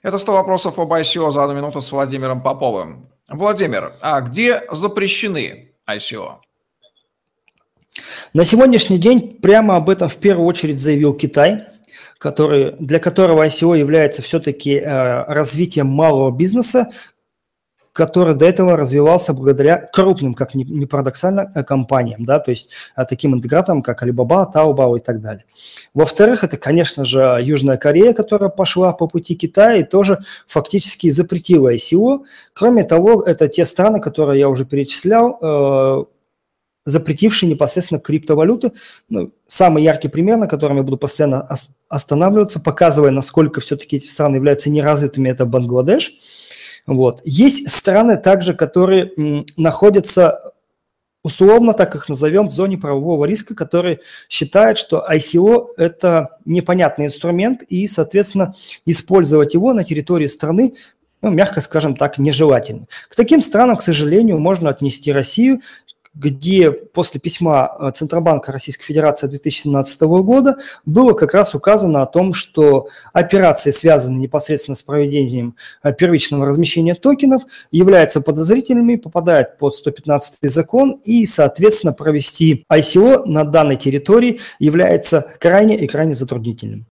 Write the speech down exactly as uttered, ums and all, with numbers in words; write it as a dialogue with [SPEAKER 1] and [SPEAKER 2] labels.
[SPEAKER 1] Это сто вопросов об ай си о за одну минуту с Владимиром Поповым. Владимир, а где запрещены ай си о?
[SPEAKER 2] На сегодняшний день прямо об этом в первую очередь заявил Китай, который, для которого ай си о является все-таки э, развитием малого бизнеса, который до этого развивался благодаря крупным, как ни, ни парадоксально, компаниям, да, то есть а, таким интеграторам, как Alibaba, Taobao и так далее. Во-вторых, это, конечно же, Южная Корея, которая пошла по пути Китая и тоже фактически запретила ай си о. Кроме того, это те страны, которые я уже перечислял, э, запретившие непосредственно криптовалюты. Ну, самый яркий пример, на котором я буду постоянно останавливаться, показывая, насколько все-таки эти страны являются неразвитыми, это Бангладеш. Вот. Есть страны также, которые м, находятся, условно так их назовем, в зоне правового риска, которые считают, что ай си о – это непонятный инструмент, и, соответственно, использовать его на территории страны, ну, мягко скажем так, нежелательно. К таким странам, к сожалению, можно отнести Россию, где после письма Центробанка Российской Федерации две тысячи семнадцатого года было как раз указано о том, что операции, связанные непосредственно с проведением первичного размещения токенов, являются подозрительными, попадают под сто пятнадцатый закон, и, соответственно, провести ай си о на данной территории является крайне и крайне затруднительным.